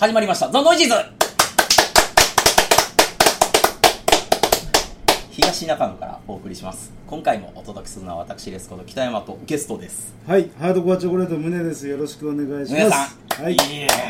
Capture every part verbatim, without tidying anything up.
始まりましたザ・ノイジーズ。東中野からお送りします。今回もお届けするのは私レスコと北山とゲストです。 はい、ハードコアチョコレート宗です。よろしくお願いします。 宗さん、 はい、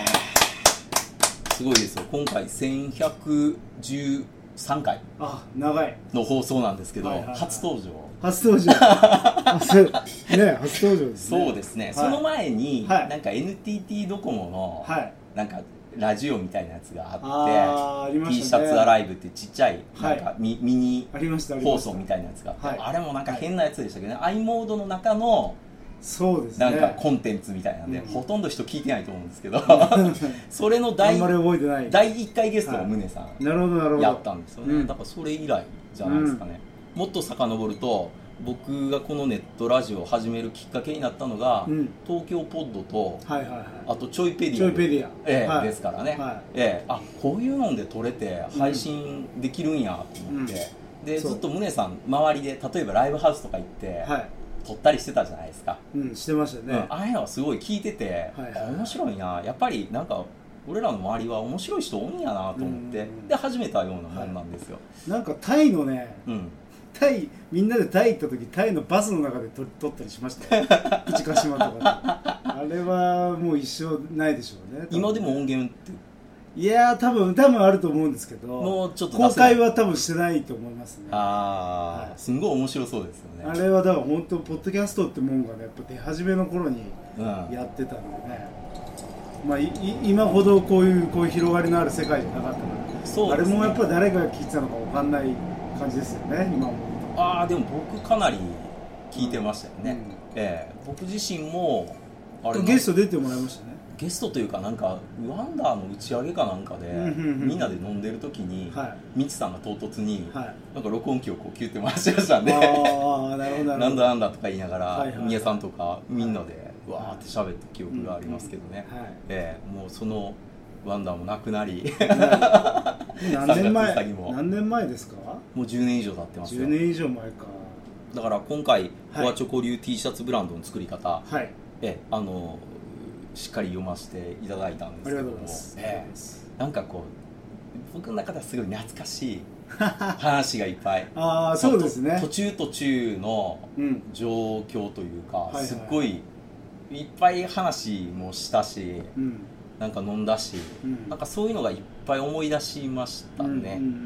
すごいですよ。今回せんひゃくじゅうさんかいあ、長いの放送なんですけど、 はいはいはい、 初登場初登場初ね、初登場ですね。 そうですね、はい、その前に、はい、なんか エヌティーティー ドコモの、はい、なんかラジオみたいなやつがあってああ、ね、T シャツアライブってちっちゃいなんか ミ,、はい、ミニ放送みたいなやつがあって、はい、あれもなんか変なやつでしたけどね、はい、i モードの中のそうですね、 なんかコンテンツみたいなんで、うん、ほとんど人聞いてないと思うんですけどそれの第だいいっかいゲストが宗さんやったんですよね、うん、だからそれ以来じゃないですかね、うん、もっと遡ると僕がこのネットラジオを始めるきっかけになったのが、うん、東京ポッドと、はいはいはい、あとちょいペディア、 ちょいペディア、 えーはい、 ですからね、はい、えー、あこういうので撮れて配信できるんやと思って、うん、でずっと宗さん周りで例えばライブハウスとか行って、はい、撮ったりしてたじゃないですか、 うん、してましたね、うん、 ああいうのはすごい聞いてて、はいはいはい、面白いな、やっぱりなんか俺らの周りは面白い人多いんやなと思って、で始めたようなもんなんですよ、 はい、なんかタイのね、うん、タイみんなでタイ行った時タイのバスの中で撮撮ったりしましたよプチカシマとかあれはもう一生ないでしょうね。 今でも音源っていやー多分多分あると思うんですけど、もうちょっと公開は多分してないと思いますね。 ああ、はい、すんごい面白そうですよね。 あれはだから本当ポッドキャストってもんがねやっぱ出始めの頃にやってたんでね、うん、まあい今ほどこういうこういう広がりのある世界じゃなかったから、そうですね、あれもやっぱ誰が聞いてたのか分かんない感じですよね今も。 ああでも僕かなり聞いてましたよね、うん、ええ、僕自身もあれゲスト出てもらいましたね。 ゲストというかなんかワンダーの打ち上げかなんかで、うんうんうん、みんなで飲んでる時に、はい、ミチさんが唐突に、はい、なんか録音機をこうキュッて回してましたんで、あなるほどなんだなんだとか言いながら、はいはい、宮さんとかみんなでわーって喋った記憶がありますけどね、うんうんはい、ええ、もうそのワンダーもなくなり何年前何年前ですか。 もうじゅうねん以上経ってますよ。 じゅうねん以上前か。 だから今回コアチョコ流 T シャツブランドの作り方、はい、えあのしっかり読ませていただいたんですけども、えー、なんかこう僕の中ではすごい懐かしい話がいっぱいあそうですね、 途中途中の状況というか、うん、すっごいいっぱい話もしたし、うん、なんか飲んだし、うん、なんかそういうのがいっぱい思い出しましたね、うんうんうん、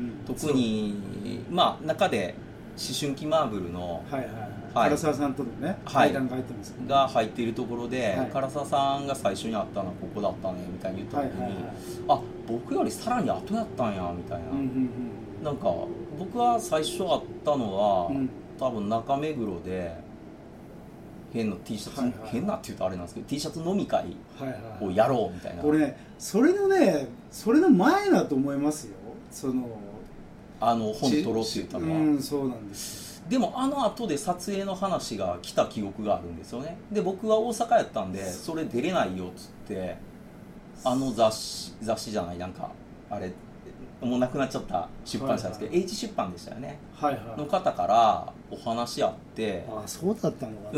特にまあ中で思春期マーブルの、はいはいはい、唐沢さんとのね、 はい、 対談が入ってますけど、ね、 が入っているところで、はい、唐沢さんが最初に会ったのはここだったねみたいに言った時に、はいはいはい、あ僕よりさらに後やったんやみたいな、うんうんうん、なんか僕は最初会ったのは、うん、多分中目黒で変な T シャツ、はいはい、変なって言うとあれなんですけど T シャツ飲み会をやろうみたいな、 俺ねそれのねそれの前だと思いますよ。そのあの本撮ろうって言ったのは、 うん、そうなんです。 でもあの後で撮影の話が来た記憶があるんですよね。で僕は大阪やったんでそれ出れないよっつってあの雑誌雑誌じゃないなんかあれもうなくなっちゃった出版社ですけど、はいはい、H 出版でしたよね、はいはい、の方からお話あって、 あそうだったのかな、 うん、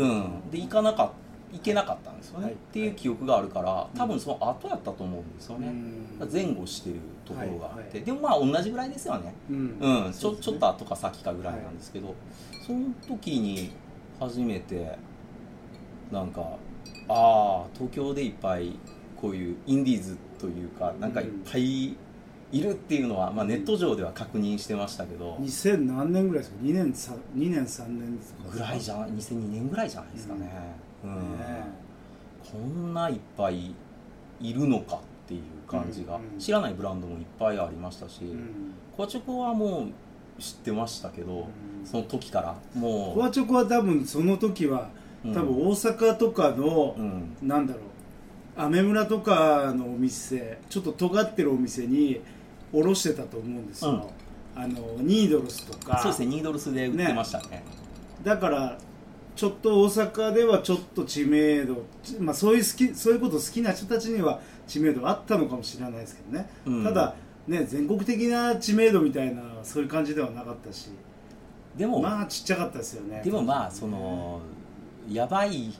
で行かなかった行けなかったんですよね、はい、っていう記憶があるから多分その後やったと思うんですよね、うん、前後してるところがあって、はいはい、でもまあ同じぐらいですよね、うんうん、ちょ、ちょっと後か先かぐらいなんですけど、はい、その時に初めてなんかああ東京でいっぱいこういうインディーズというかなんかいっぱいいるっていうのは、まあ、ネット上では確認してましたけど、 にせん何年ぐらいですか。にねんさんねんですかぐらいじゃにせんにねんぐらいじゃないですかね、うんうんね、こんないっぱいいるのかっていう感じが、うんうん、知らないブランドもいっぱいありましたし、うん、コアチョコはもう知ってましたけど、うん、その時からもうコアチョコは多分その時は、うん、多分大阪とかの、うん、なんだろうアメ村とかのお店ちょっと尖ってるお店に卸してたと思うんですよ、うん、あのニードルスとかそうですねニードルスで売ってました ね, ねだからちょっと大阪ではちょっと知名度、まあ、そういう好きそういうこと好きな人たちには知名度あったのかもしれないですけどね、うん、ただね全国的な知名度みたいなそういう感じではなかったしでもまあちっちゃかったですよね。 でもまあそのやばい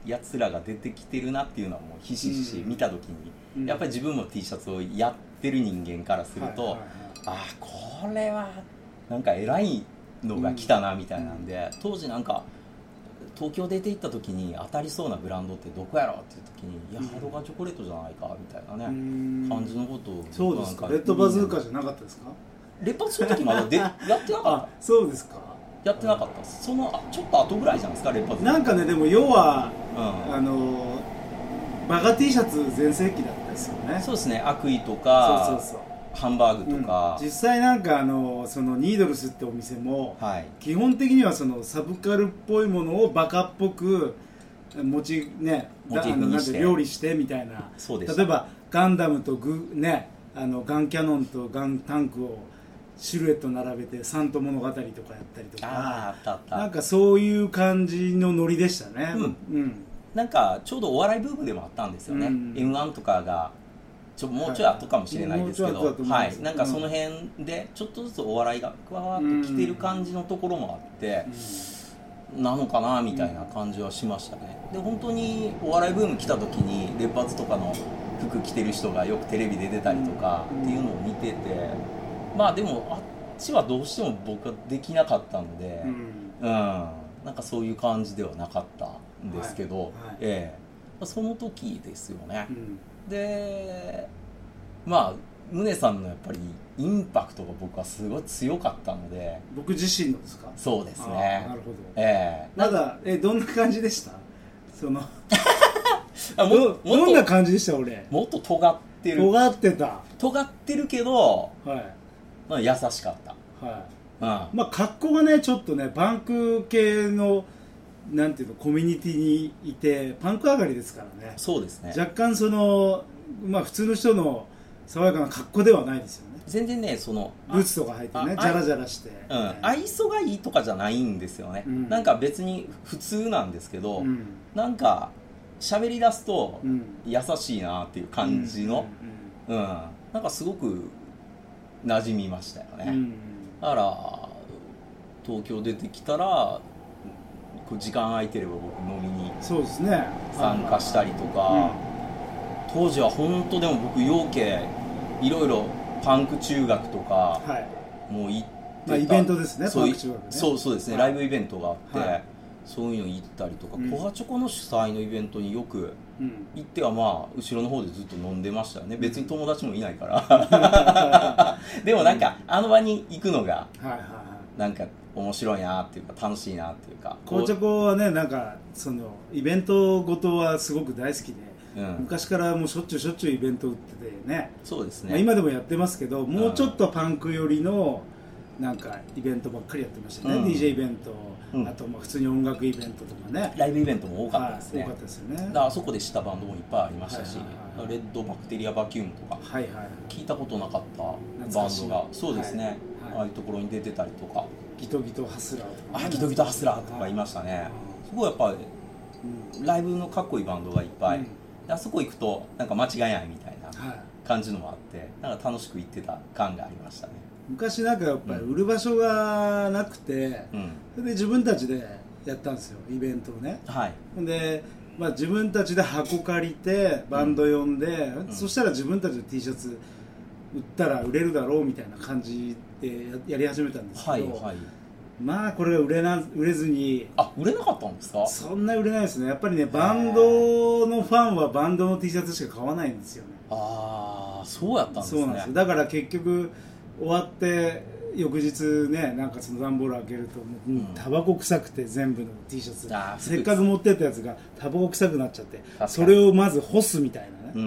やつらが出てきてるなっていうのはもうひしひし見た時に、うん、やっぱり自分も T シャツをやってる人間からすると、はいはいはい、ああこれはなんか偉いのが来たなみたいなんで、うん、当時なんか東京出て行った時に当たりそうなブランドってどこやろっていう時に、いやハドガチョコレートじゃないかみたいなね感じのことを、 そうですか。レッドバズーカじゃなかったですか？ レッドバズーカの時まだでやってなかった。 そうですか。 やってなかった。そのちょっと後ぐらいじゃないですか、レッドバズーカ。 なんかね、でも要は、うん、あのバカ T シャツ全盛期だったですよね。 そうですね。悪意とか、そうそうそう、ハンバーグとか、 うん、実際なんかあのそのニードルスってお店も、はい、基本的にはそのサブカルっぽいものをバカっぽく持ちね、 モチーフにして料理してみたいな。 そうです。 例えばガンダムとグね、あのガンキャノンとガンタンクをシルエット並べてサント物語とかやったりとか、 ああったあった。 なんかそういう感じのノリでしたね。うん。うん、 なんかちょうどお笑いブームでもあったんですよね。うん、エムワン とかがちょもうちょい後かもしれないですけど、はい、はい、なんかその辺でちょっとずつお笑いがわーっと来てる感じのところもあって、うん、なのかなみたいな感じはしましたね。で本当にお笑いブーム来た時にレパーツとかの服着てる人がよくテレビで出たりとかっていうのを見てて、まあでもあっちはどうしても僕はできなかったので、うん、うん、なんかそういう感じではなかったんですけど、はいはい、ええ、その時ですよね。うん、でまあ宗さんのやっぱりインパクトが僕はすごい強かったので。 僕自身のですか？ そうですね。 なるほど。 ええ、 まだえどんな感じでした？そのあもど, どんな感じでした？俺もっと尖ってる。 尖ってた。 尖ってるけど、はい、まあ、優しかった。はい。 うん、まあ格好がねちょっとねパンク系のなんていうのコミュニティにいてパンク上がりですからね。 そうですね。 若干そのまあ普通の人の爽やかな格好ではないですよね。 全然ねそのブーツとか履いてねジャラジャラして、 うん、愛想がいいとかじゃないんですよね。うん、なんか別に普通なんですけど、うん、なんか喋り出すと優しいなっていう感じの、うん、うん、なんかすごく馴染みましたよね。うん、だから東京出てきたら時間空いてれば僕飲みに参加したりとか、うん、当時は本当でも僕陽気いろいろパンク中学とか、はい、もう行ってた、 まあ、イベントですね。 そうパンク中学ね。 そうそうですね、はい、ライブイベントがあって、はい、そういうの行ったりとか、うん、コハチョコの主催のイベントによく行っては、まあ後ろの方でずっと飲んでましたよね。別に友達もいないからでもなんかあの場に行くのがなんか面白いなっていうか楽しいなっていうか。 コハチョコはねなんかそのイベントごとはすごく大好きで、うん、昔からもうしょっちゅうしょっちゅうイベント打っててね。 そうですね、 まあ、今でもやってますけどもうちょっとパンク寄りのなんかイベントばっかりやってましたね、うん、ディージェー イベント、うん、あとまあ普通に音楽イベントとかねライブイベントも多かったですね、 はい、多かったですよね。 だからあそこで知ったバンドもいっぱいありましたし、はいはいはい、レッドバクテリアバキュームとか、はいはい、聞いたことなかったバンドがそうですね、はいはい、ああいうところに出てたりとかギトギトハスラーとか、 ね、あギトギトハスラーとかいましたね、はい、すごいやっぱり、うん、ライブのかっこいいバンドがいっぱい、うん、あそこ行くとなんか間違いないみたいな感じのもあってなんか楽しく行ってた感がありましたね。 昔なんかやっぱり売る場所がなくて、うん、それで自分たちでやったんですよイベントをね、はい、で、まあ、自分たちで箱借りてバンド呼んで、うん、そしたら自分たちで T シャツ売ったら売れるだろうみたいな感じで や, やり始めたんですけど、はいはい、まあこれが売れな売れずに。 あ売れなかったんですか？ そんな売れないですね。やっぱりねバンドのファンはバンドの T シャツしか買わないんですよね。 ああそうやったんですね。 そうなんですよ。だから結局終わって翌日ねなんかその段ボール開けるともう、うん、タバコ臭くて全部の T シャツせっかく持ってったやつがタバコ臭くなっちゃってそれをまず干すみたいなね、うん、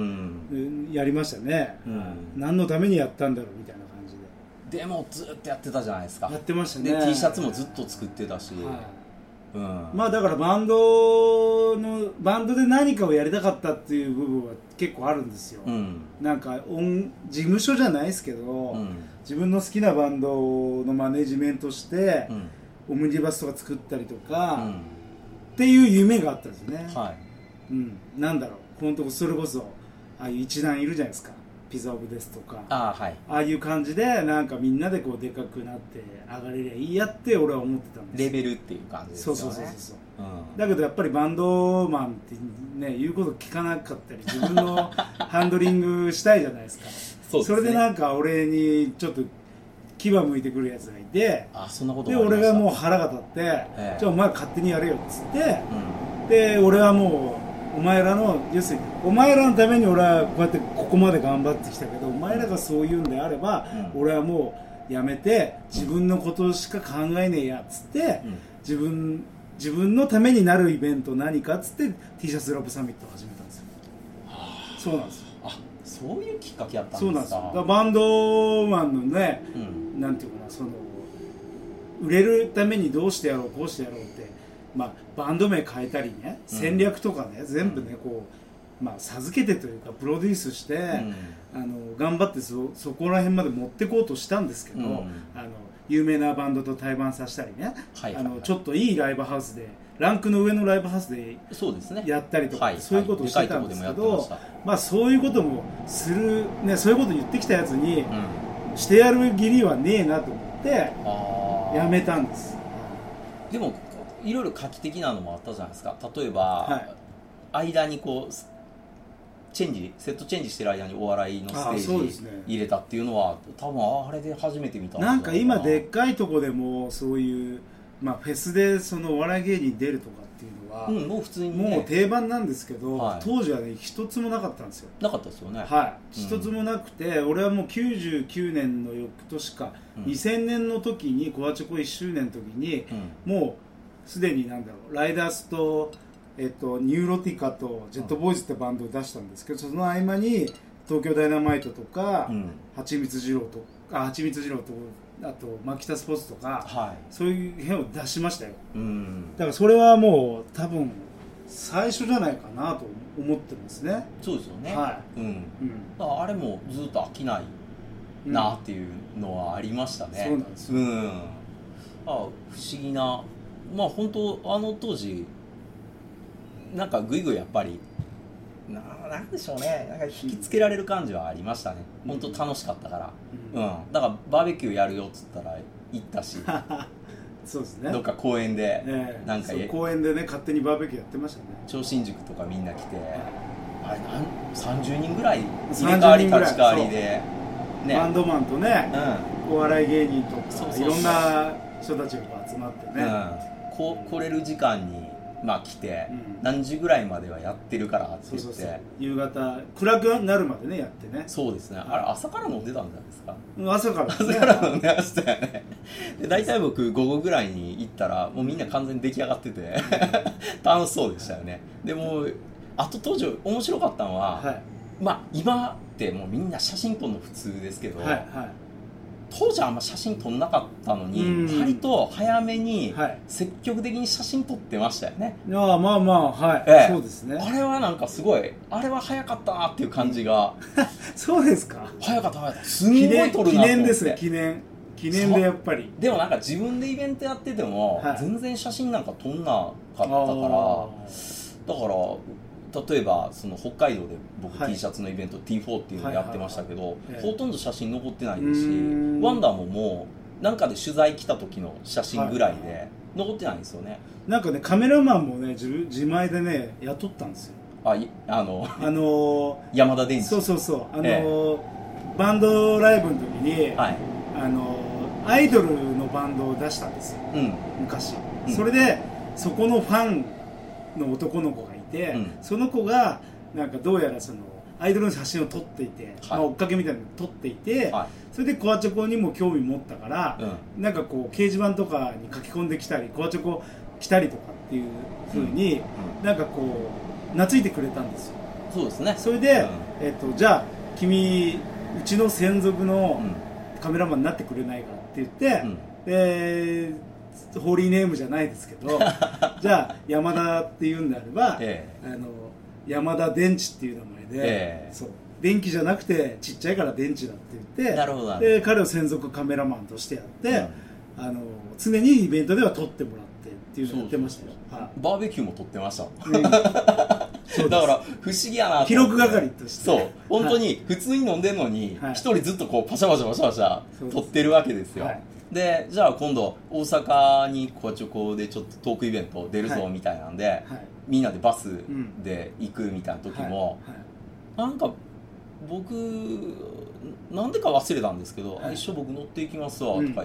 やりましたね、うん、何のためにやったんだろうみたいな感じで。でもずっとやってたじゃないですか。 やってましたね。 で T シャツもずっと作ってたし、はい、うん、 まあだからバンドのバンドで何かをやりたかったっていう部分は結構あるんですよ、うん、なんか音事務所じゃないですけど、うん、自分の好きなバンドのマネジメントして、うん、オムニバスとか作ったりとか、うん、っていう夢があったんですね、はい、うん、なんだろうこのとこそれこそああいう一団いるじゃないですか、 ピザオブですとかあ,、はい、 ああいう感じでなんかみんなでこうでかくなって上がれりゃいいやって俺は思ってたんです。 レベルっていう感じですよね。 そうそうそうそう、 うん、 だけどやっぱりバンドマンってね言うこと聞かなかったり自分のハンドリングしたいじゃないですか。そうですね、それでなんか俺にちょっと牙向いてくるやつがいて、 あそんなことで俺がもう腹が立って、ええ、じゃあお前勝手にやれよっつって、うん、で俺はもうお前らの要するにお前らのために俺はこうやってここまで頑張ってきたけどお前らがそう言うんであれば、うん、俺はもうやめて自分のことしか考えねえやっつって、うん、自分自分のためになるイベント何かっつって T シャツラブサミットを始めたんですよ。そうなんですよ。 あそういうきっかけあったんですか。 そうなんですよ。だからバンドマンのね、うん、なんていうかなその売れるためにどうしてやろうこうしてやろうって、まあ、バンド名変えたりね戦略とかね、うん、全部ねこう、まあ、授けてというかプロデュースして、うん、あの頑張って そ, そこら辺まで持ってこうとしたんですけど、うん、あの有名なバンドと対バンさせたりね、はいはいはい、あのちょっといいライブハウスでランクの上のライブハウスでやったりとか そう,、ねはい、そういうことをしてたんですけど、はい、まあ、そういうこともする、ね、そういうこと言ってきたやつに、うん、してやる義理はねえなと思ってやめたんです。 でもいろいろ画期的なのもあったじゃないですか。例えば、はい、間にこうチェンジセットチェンジしてる間にお笑いのステージ入れたっていうのは、多分あれで初めて見たんなんか今でっかいとこでもそういう、まあ、フェスでそのお笑い芸人出るとかっていうのは、 うん、もう普通に、ね、 もう定番なんですけど、はい、当時はね一つもなかったんですよ。 なかったですよね。 はい、一つもなくて、うん、俺はもうきゅうじゅうきゅうねんの翌年か、うん、にせんねんの時にコアチョコいっしゅうねんの時に、うん、もうすでになんだろうライダースとえっと、ニューロティカとジェットボーイズってバンドを出したんですけど、その合間に東京ダイナマイトとか、うん、はちみつ二郎とかはちみつ二郎とあとマキタスポーツとか、はい、そういう辺を出しましたよ、うん、だからそれはもう多分最初じゃないかなと思ってますね。 そうですよね、 はいうんうん、だからあれもずっと飽きないなっていうのはありましたね、 うん、そうなんですよ、 うん、あ不思議なまあ本当あの当時なんかぐいぐいやっぱり な, なんでしょうねなんか引きつけられる感じはありましたね、うん、本当楽しかったから、うんうん、だからバーベキューやるよっつったら行ったしそうですね、 どっか公園で、 えー、なんか公園でね勝手にバーベキューやってましたね。 超新宿とかみんな来て、あれなんさんじゅうにんぐらい入れ替わり立ち替わりで、 ね、バンドマンとね、うん、お笑い芸人とかそうそうそういろんな人たちが集まってね、うん、 こ来れる時間にまあ来て、うん、何時ぐらいまではやってるからって言ってそうそうそう夕方暗くなるまでねやってね。 そうですね、あれ朝から飲んでたんじゃないですか。 朝から、 ね、朝から飲んでましたよねで大体僕午後ぐらいに行ったらもうみんな完全に出来上がってて楽しそうでしたよね。でもあと当時面白かったのは、はい、まあ今ってもうみんな写真撮るの普通ですけど、はいはい、当時はあんま写真撮んなかったのに割と早めに積極的に写真撮ってましたよね、 はい、ああまあまあはい、ええ、そうですね。 あれはなんかすごいあれは早かったなっていう感じがそうですか。 早かった早かったすんごい撮るなと思って。 記念ですね記念記念でやっぱり。 でもなんか自分でイベントやってても、はい、全然写真なんか撮んなかったからだから例えばその北海道で僕、はい、T シャツのイベント ティーフォー っていうのをやってましたけど、はいはいはい、ほとんど写真残ってないですし、ワンダーももうなんかで取材来た時の写真ぐらいで残ってないんですよね、はい、 なんかねカメラマンもね 自, 自前でね雇ったんですよ。 ああのあのー、山田電池そうそうそうあのーええ、バンドライブの時に、はい、あのー、アイドルのバンドを出したんですよ、うん、昔、うん、それでそこのファンの男の子がいて、うん、その子がなんかどうやらそのアイドルの写真を撮っていて、はいまあ、追っかけみたいなのを撮っていて、はい、それでコアチョコにも興味持ったから、うん、なんかこう掲示板とかに書き込んできたりコアチョコ来たりとかっていう風に、うんうん、なんかこう懐いてくれたんですよ。 そうですね。 それで、うんえー、とじゃあ君うちの専属のカメラマンになってくれないかって言って、うん、でホーリーネームじゃないですけどじゃあ山田っていうんであれば、ええ、あの山田電池っていう名前で、ええ、そう電気じゃなくてちっちゃいから電池だって言ってなるほどで彼を専属カメラマンとしてやって、うん、あの常にイベントでは撮ってもらってっていうのをやってましたよ。 そうそうそう、はい、バーベキューも撮ってました、 うん、 だから不思議やなと記録係として、 そう本当に普通に飲んでるのに一、はい、人ずっとこうパシャパシャパシャパシャ撮ってるわけですよ。でじゃあ今度大阪にコアチョコでちょっとトークイベント出るぞみたいなんで、はいはい、みんなでバスで行くみたいな時も、はいはい、なんか僕なんでか忘れたんですけど、はい、一緒僕乗っていきますわとか言って、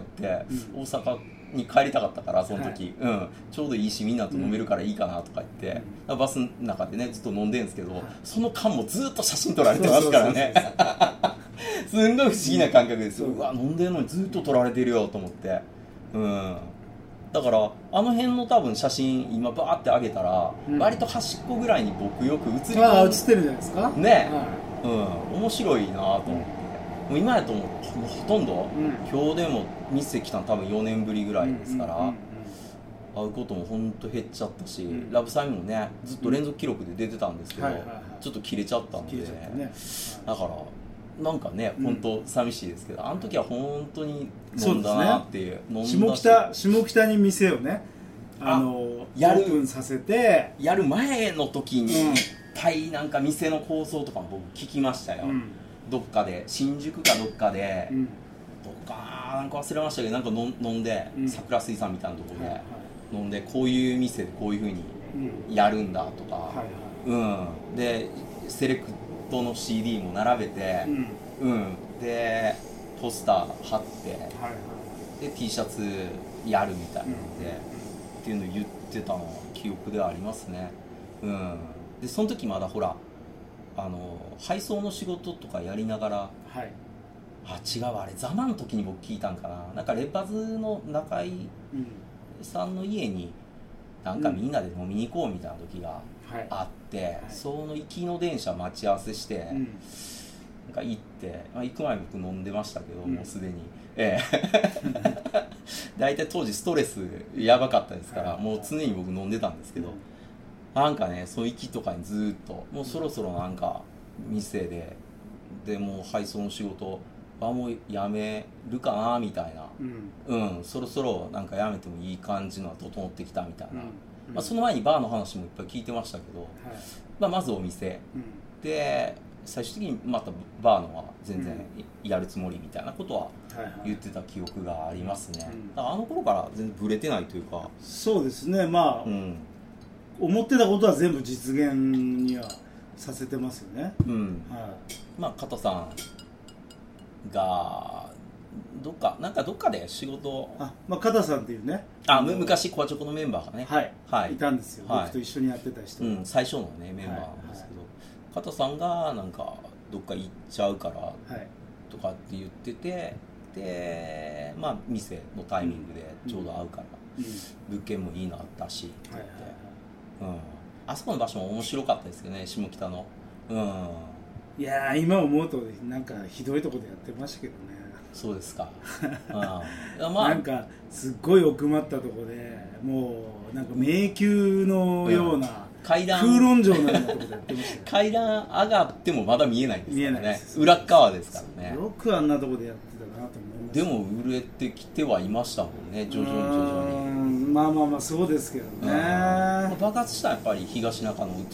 うん、大阪に帰りたかったからその時、はい、うん、ちょうどいいしみんなと飲めるからいいかなとか言って、うん、バスの中でねずっと飲んでるんですけど、はい、その間もずっと写真撮られてますからね。すんごい不思議な感覚ですよ。うわ飲んでるのにずっと撮られてるよと思って、うん、だからあの辺の多分写真今バーって上げたら、うん、割と端っこぐらいに僕よく写り込んで、 ああ写ってるじゃないですかね、 はい、うん、面白いなと思って、うん、もう今やともうもうほとんど、うん、今日でも店来たの多分よねんぶりぐらいですから、うんうんうんうん、会うことも本当減っちゃったし、うん、ラブサインもねずっと連続記録で出てたんですけど、うん、ちょっと切れちゃったんで、ね、だからなんかね、本当寂しいですけど、うん、あの時は本当に飲んだなっていう、 そうですね、下北下北に店をねあのやるオープンさせてやる前の時にいっぱいなんか店の構想とかも僕聞きましたよ、うん、どっかで新宿かどっかで、うん、どっかなんか忘れましたけどなんか飲んで、うん、桜水産みたいなところで、はいはい、飲んでこういう店でこういう風にやるんだとか、はいはい、うん、でセレクの シーディー も並べて、うんうん、でポスター貼って、はいはい、で T シャツやるみたいなので、うん、っていうのを言ってたのは記憶ではありますね、うん、でその時まだほらあの配送の仕事とかやりながら、はい、あ違うあれザマの時に僕聞いたんかな、なんかレパズの中井さんの家になんかみんなで飲みに行こうみたいな時があって、はいはい、その行きの電車待ち合わせして、うん、なんか行って、まあ、行く前僕飲んでましたけど、うん、もうすでに、ええ、大体当時ストレスやばかったですから、はい、もう常に僕飲んでたんですけど、うん、なんかねその行きとかにずっともうそろそろなんか店ででもう配送の仕事はもうやめるかなみたいな、うん、うん、そろそろなんかやめてもいい感じのは整ってきたみたいな、うんうん、まあ、その前にバーの話もいっぱい聞いてましたけど、はい、まあ、まずお店、うん、で最終的にまたバーのは全然やるつもりみたいなことは言ってた記憶がありますね、うん、だからあの頃から全然ブレてないというか。 そうですね、まあ、うん、思ってたことは全部実現にはさせてますよね、うん、 はい、まあ加藤さんがどっかなんかどっかで仕事あ、まあ、加藤さんっていうねあ昔コアチョコのメンバーがね、 はいはい、いたんですよ、はい、僕と一緒にやってた人、 うん、最初のねメンバーなんですけど、加藤さんがなんかどっか行っちゃうからとかって言ってて、でまあ店のタイミングでちょうど会うから、うん、物件もいいのあったしって言って、はいはいはい、うん、あそこの場所も面白かったですけどね下北の、うん、 いやー今思うとなんかひどいとこでやってましたけどね。 そうですかあ、まあ、なんかすっごい奥まったとこでもうなんか迷宮のような、うん、 階段空論城のようなとこでやってました、ね、 階段上がってもまだ見えないですからね、裏側ですからね。 よくあんなとこでやってたなと思います、 でも売れてきてはいましたもんね徐々に徐々に。 まあまあまあそうですけどね、 爆発したらやっぱり東中野移って、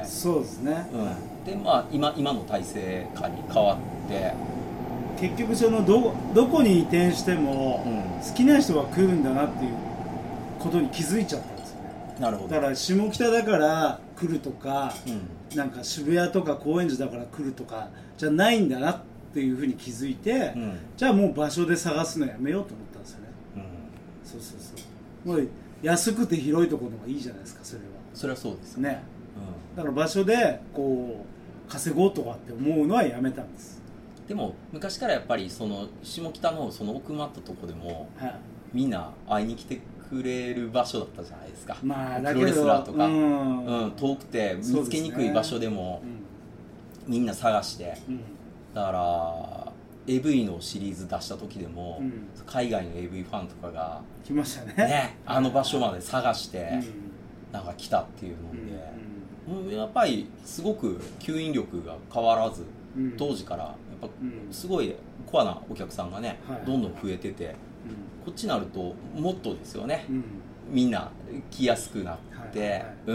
そうですね、 うん、でまあ 今, 今の体制下に変わって結局その ど, どこに移転しても好きな人が来るんだなっていうことに気づいちゃったんですよね。 なるほど。 だから下北だから来るとか、うん、なんか渋谷とか高円寺だから来るとかじゃないんだなっていうふうに気づいて、うん、じゃあもう場所で探すのやめようと思ったんですよね、うん、そうそうそう、もう安くて広いところの方がいいじゃないですか。それはそれはそうですね、うん、だから場所でこう稼ごうとかって思うのはやめたんです。 でも昔からやっぱりその下北のその奥まったとこでも、はい、みんな会いに来てくれる場所だったじゃないですか、 まあ、 プロレスラーとか、うんうん、遠くて見つけにくい場所でも、ね、うん、みんな探して、うん、だから エーブイ のシリーズ出した時でも、うん、海外の エーブイ ファンとかが来ましたね、 ね、あの場所まで探して、うん、なんか来たっていうので、うんうん、やっぱりすごく吸引力が変わらず、うん、当時からやっぱすごいコアなお客さんがね、うん、どんどん増えてて、うん、こっちになるともっとですよね、うん、 みんな来やすくなって、はいはいはい、うん、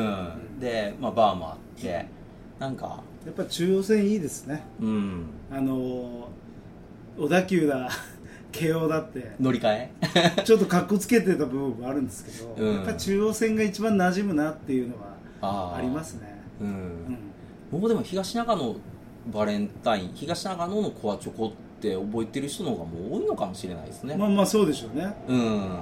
で、まあ、バーもあってなんかやっぱ中央線いいですね、うん、あの小田急だ慶応だって乗り換えちょっとかっこつけてた部分もあるんですけど、うん、やっぱ中央線が一番馴染むなっていうのはありますね、うんうん、 僕でも東長野バレンタイン東長野のコアチョコって覚えてる人の方がもう多いのかもしれないですね。 まあまあそうでしょうね、うん、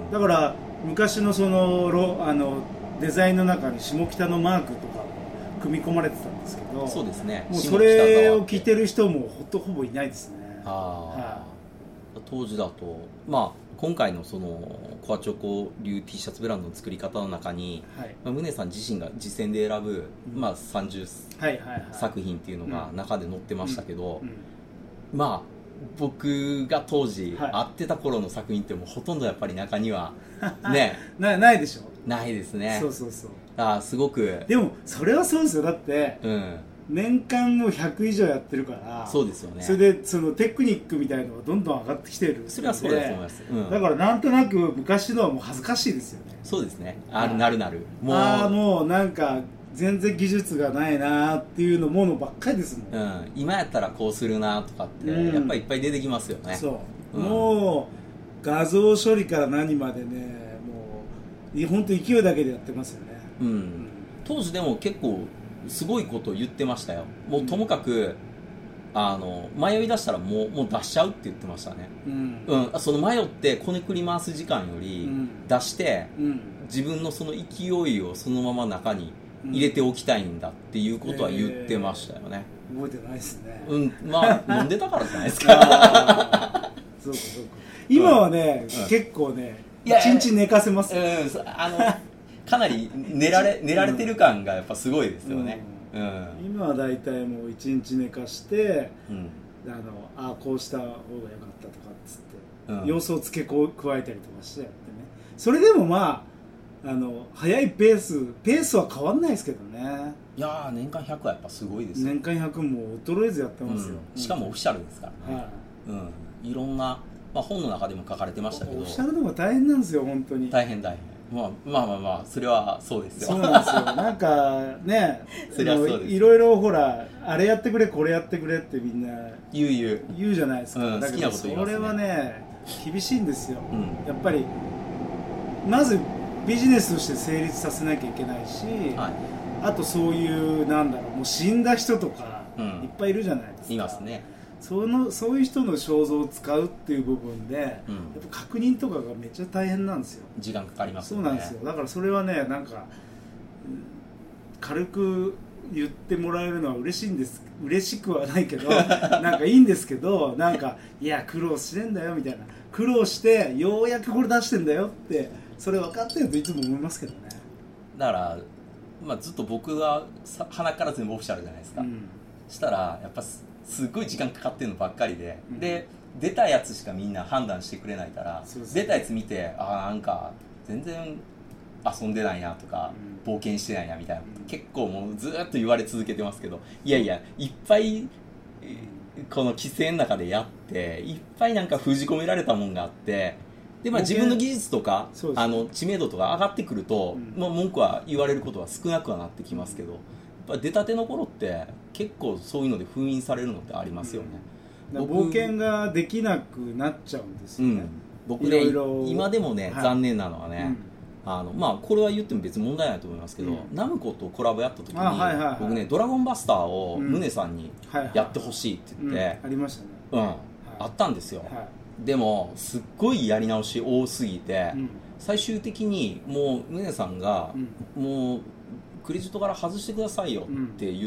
だから昔のそのロあのデザインの中に下北のマークとか組み込まれてたんですけど、 そうですね、 もうそれを着てる人もほとほぼいないですね。あ、 はあ、当時だと、まあ、今回のそのコアチョコ流 T シャツブランドの作り方の中に、はい、まあ、宗さん自身が実践で選ぶ、うん、まあ、さんじゅう作品っていうのが中で載ってましたけど、うんうんうん、まあ僕が当時会ってた頃の作品ってもうほとんどやっぱり中にはねな, ないでしょ。 ないですね。 そうそうそう。 あ、すごく。 でもそれはそうですよ。だって、うん、年間もひゃく以上やってるから。 そうですよね。 それでそのテクニックみたいのがどんどん上がってきてる。 それはそうだと思います、うん、 だからなんとなく昔のはもう恥ずかしいですよね。 そうですね。あるなるなる。 もうああもうなんか全然技術がないなっていうのものばっかりですもん、 うん、今やったらこうするなとかって、うん、やっぱりいっぱい出てきますよね。 そう、うん、もう画像処理から何までねもう本当勢いだけでやってますよね、うんうん、 当時でも結構すごいことを言ってましたよ。もうともかくあの迷い出したらもう、もう出しちゃうって言ってましたね、うんうん、その迷ってこねくり回す時間より出して、うん、自分のその勢いをそのまま中に入れておきたいんだっていうことは言ってましたよね、 えー、覚えてないですね。 うん、まあ飲んでたからじゃないですかそうかそうか。今はね、うん、結構ね一日寝かせます、ね、 うん、あのかなり寝られ、寝られてる感がやっぱすごいですよね、うんうん、 今はだいたいもう一日寝かして、うん、あのあこうした方が良かったとかっつって、うん、要素を付け加えたりとかしてやってね。それでもまああの早いペースペースは変わんないですけどね。 いやー年間ひゃくはやっぱすごいですよ。 年間ひゃくも衰えずやってますよ、 うん、しかもオフィシャルですからね、はい、うん、いろんな、まあ、本の中でも書かれてましたけどオフィシャルの方が大変なんですよ本当に。 大変大変、まあ、まあまあまあそれはそうですよ。 そうなんですよ。なんかねそれはそうです。いろいろほらあれやってくれこれやってくれってみんな言う言う言うじゃないですか、 うん、 だけど好きなこと言いますね。 それはね厳しいんですよ、うん、やっぱりまずビジネスとして成立させなきゃいけないし、はい、あとそういうなんだろうもう死んだ人とかいっぱいいるじゃないですか、うん、 いますね。 そのそういう人の肖像を使うっていう部分で、うん、やっぱ確認とかがめっちゃ大変なんですよ。 時間かかりますよね。 そうなんですよ。だからそれはねなんか軽く言ってもらえるのは嬉しいんです。嬉しくはないけどなんかいいんですけどなんかいや苦労してんだよみたいな苦労してようやくこれ出してんだよってそれ分かってるといつも思いますけどね。 だから、まあ、ずっと僕が鼻から全部オフィシャルじゃないですか、うん、したらやっぱ す, すごい時間かかってるのばっかりで、うん、で出たやつしかみんな判断してくれないから、そうそう、出たやつ見てああなんか全然遊んでないなとか、うん、冒険してないなみたいな、うん、結構もうずっと言われ続けてますけどいやいやいっぱいこの規制の中でやっていっぱいなんか封じ込められたもんがあってで、まあ、自分の技術とかあの知名度とか上がってくると、うんまあ、文句は言われることは少なくはなってきますけどやっぱ出たての頃って結構そういうので封印されるのってありますよね、 うん、冒険ができなくなっちゃうんですよね、うん、 僕ね今でもね、はい、残念なのはね、うん、あのまあ、これは言っても別に問題ないと思いますけど、うん、ナムコとコラボやった時に、はいはいはい、僕ねドラゴンバスターを宗さんにやってほしいって言って、うんはいはいうん、 ありましたね、 うんはい、あったんですよ、はい、でもすっごいやり直し多すぎて、うん、最終的にもう宗さんが、うん、もうクレジットから外してくださいよって言って、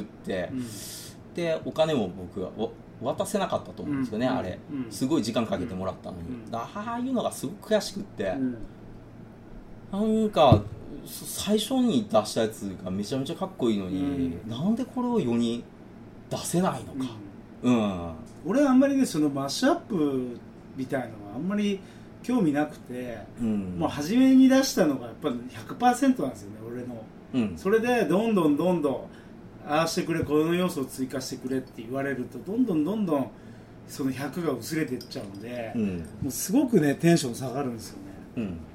うん、でお金も僕は渡せなかったと思うんですよね、うん、あれ、うん、すごい時間かけてもらったのに、うん、ああいうのがすごく悔しくって、うん、なんか最初に出したやつがめちゃめちゃかっこいいのに、うん、なんでこれを世に出せないのか、うんうん、 俺はあんまりねそのマッシュアップみたいのはあんまり興味なくて、うん、もう初めに出したのがやっぱり ひゃくパーセント なんですよね俺の、うん、それでどんどんどんどんああしてくれこの要素を追加してくれって言われるとどんどんどんどんそのひゃくが薄れていっちゃうんで、うん、もうすごくねテンション下がるんですよね、うん、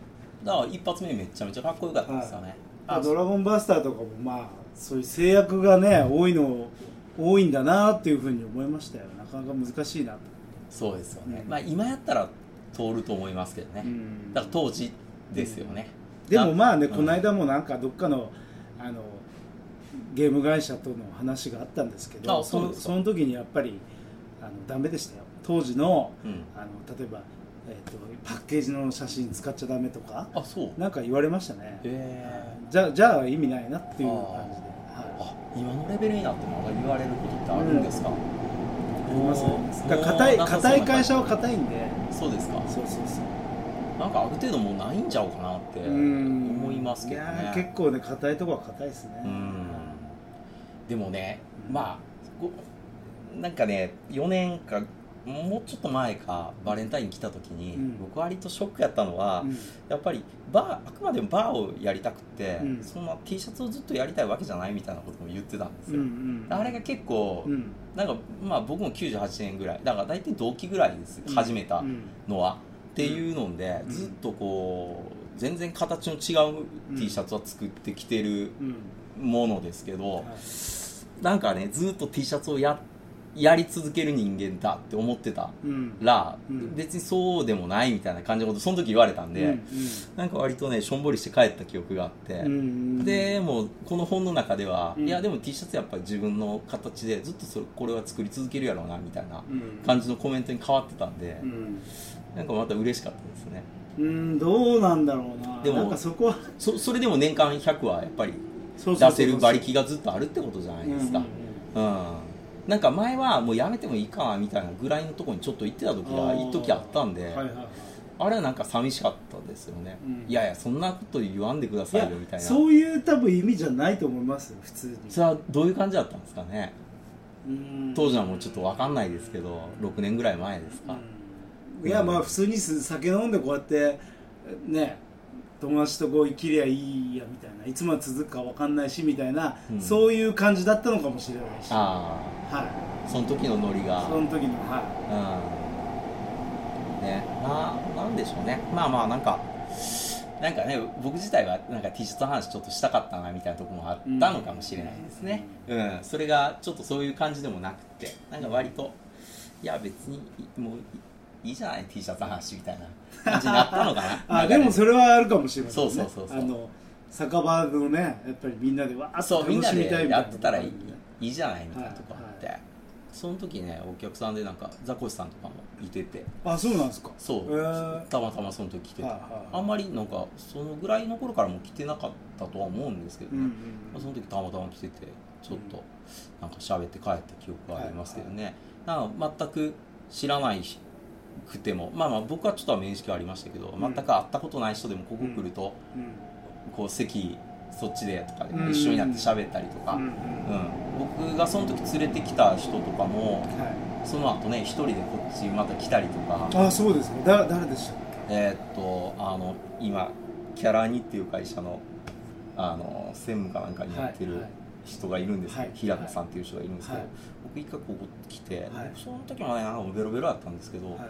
だから一発目めちゃめちゃかっこよかったですよね、 はい、ドラゴンバスターとかもまあそういう制約がね多いの多いんだなっていうふうに思いましたよ。なかなか難しいなと。 そうですよね、うん、まあ今やったら通ると思いますけどね、うん、だから当時ですよね、 うん、でもまあね、この間もなんかどっかのあのゲーム会社との話があったんですけど、その、その時にやっぱりあのダメでしたよ当時の、うん、あの例えば、えーと、パッケージの写真使っちゃダメとか、 あ、そうなんか言われましたね。へー、じゃあ、じゃあ意味ないなっていう感じで、はい、 あ、今のレベルになってまだ言われることってあるんですか？うん、 ありますね。だから硬い、硬い会社は硬いんで。 そうですか。 そうそうそう。 なんかある程度もうないんちゃうかなって思いますけどね。 いや結構ね硬いところは硬いですね。うん、 でもね、まあなんかねよねんかもうちょっと前かバレンタイン来た時に、うん、僕割とショックやったのは、うん、やっぱりバーあくまでもバーをやりたくて、うん、そんな T シャツをずっとやりたいわけじゃないみたいなことも言ってたんですよ、うんうん、あれが結構、うん、なんかまあ僕もきゅうじゅうはちねんぐらいだから大体同期ぐらいです、うん、始めたのは、っていうので、うん、ずっとこう全然形の違う T シャツは作ってきてるものですけど、うん、なんかねずっと T シャツをややり続ける人間だって思ってたら、うん、別にそうでもないみたいな感じのことその時言われたんで、うんうん、なんか割とねしょんぼりして帰った記憶があって、うんうん、でもうこの本の中では、うん、いやでも T シャツやっぱり自分の形でずっとそれこれは作り続けるやろうなみたいな感じのコメントに変わってたんで、うん、なんかまた嬉しかったですね。 うん、どうなんだろうな。でもなんかそこはそ, それでも年間ひゃくはやっぱり出せる馬力がずっとあるってことじゃないですか。うんうんうん、なんか前はもうやめてもいいかなみたいなぐらいのところにちょっと行ってた時が一時あったんで、はいはい、あれはなんか寂しかったですよね、うん、いやいやそんなこと言わんでくださいよみたいな。 そういう多分意味じゃないと思います普通に。 それはどういう感じだったんですかね。うーん、当時はもうちょっと分かんないですけどろくねんぐらい前ですか。 いやまあ普通に酒飲んでこうやってね友達とこう生きりゃいいやみたいな、いつまで続くか分かんないしみたいな、うん、そういう感じだったのかもしれないし、あ、 はい、その時のノリがその時のはい、 うんね、まあなんでしょうね。まあまあなんかなんかね僕自体はなんか T シャツの話ちょっとしたかったなみたいなところもあったのかもしれないですね、うんうん、それがちょっとそういう感じでもなくて、なんか割といや別にもういいじゃない T シャツの話みたいな感じになったのかなあでもそれはあるかもしれない、ね、 そうそうそうそう、 あの酒場のねやっぱりみんなでわーっと楽しみたいみたいな、 やってたらいい、いいじゃないみたいなとこあって、はいはい、その時ねお客さんでなんかザコシさんとかもいてて。 あ、そうなんですか。 そう、えー、たまたまその時来てて、はいはいはい、あんまりなんかそのぐらいの頃からも来てなかったとは思うんですけどね、うんうんうん、まあ、その時たまたま来ててちょっとなんか喋って帰った記憶がありますけどね、はいはい、なんか全く知らないくても、まあまあ僕はちょっとは面識はありましたけど、うん、全く会ったことない人でもここ来ると、うんうん、こう席そっちでとかで一緒になって喋ったりとか、うんうんうん、僕がその時連れてきた人とかも、はい、その後ね一人でこっちまた来たりとか。 あ、そうですね。だ誰でしたっけ。 えー、っとあの今キャラニっていう会社のあの専務かなんかにやってる、はいはい、人がいるんですけど、はい、平田さんっていう人がいるんですけど、はい、僕一回ここ来て、はい、その時もねなんかベロベロだったんですけど、はい、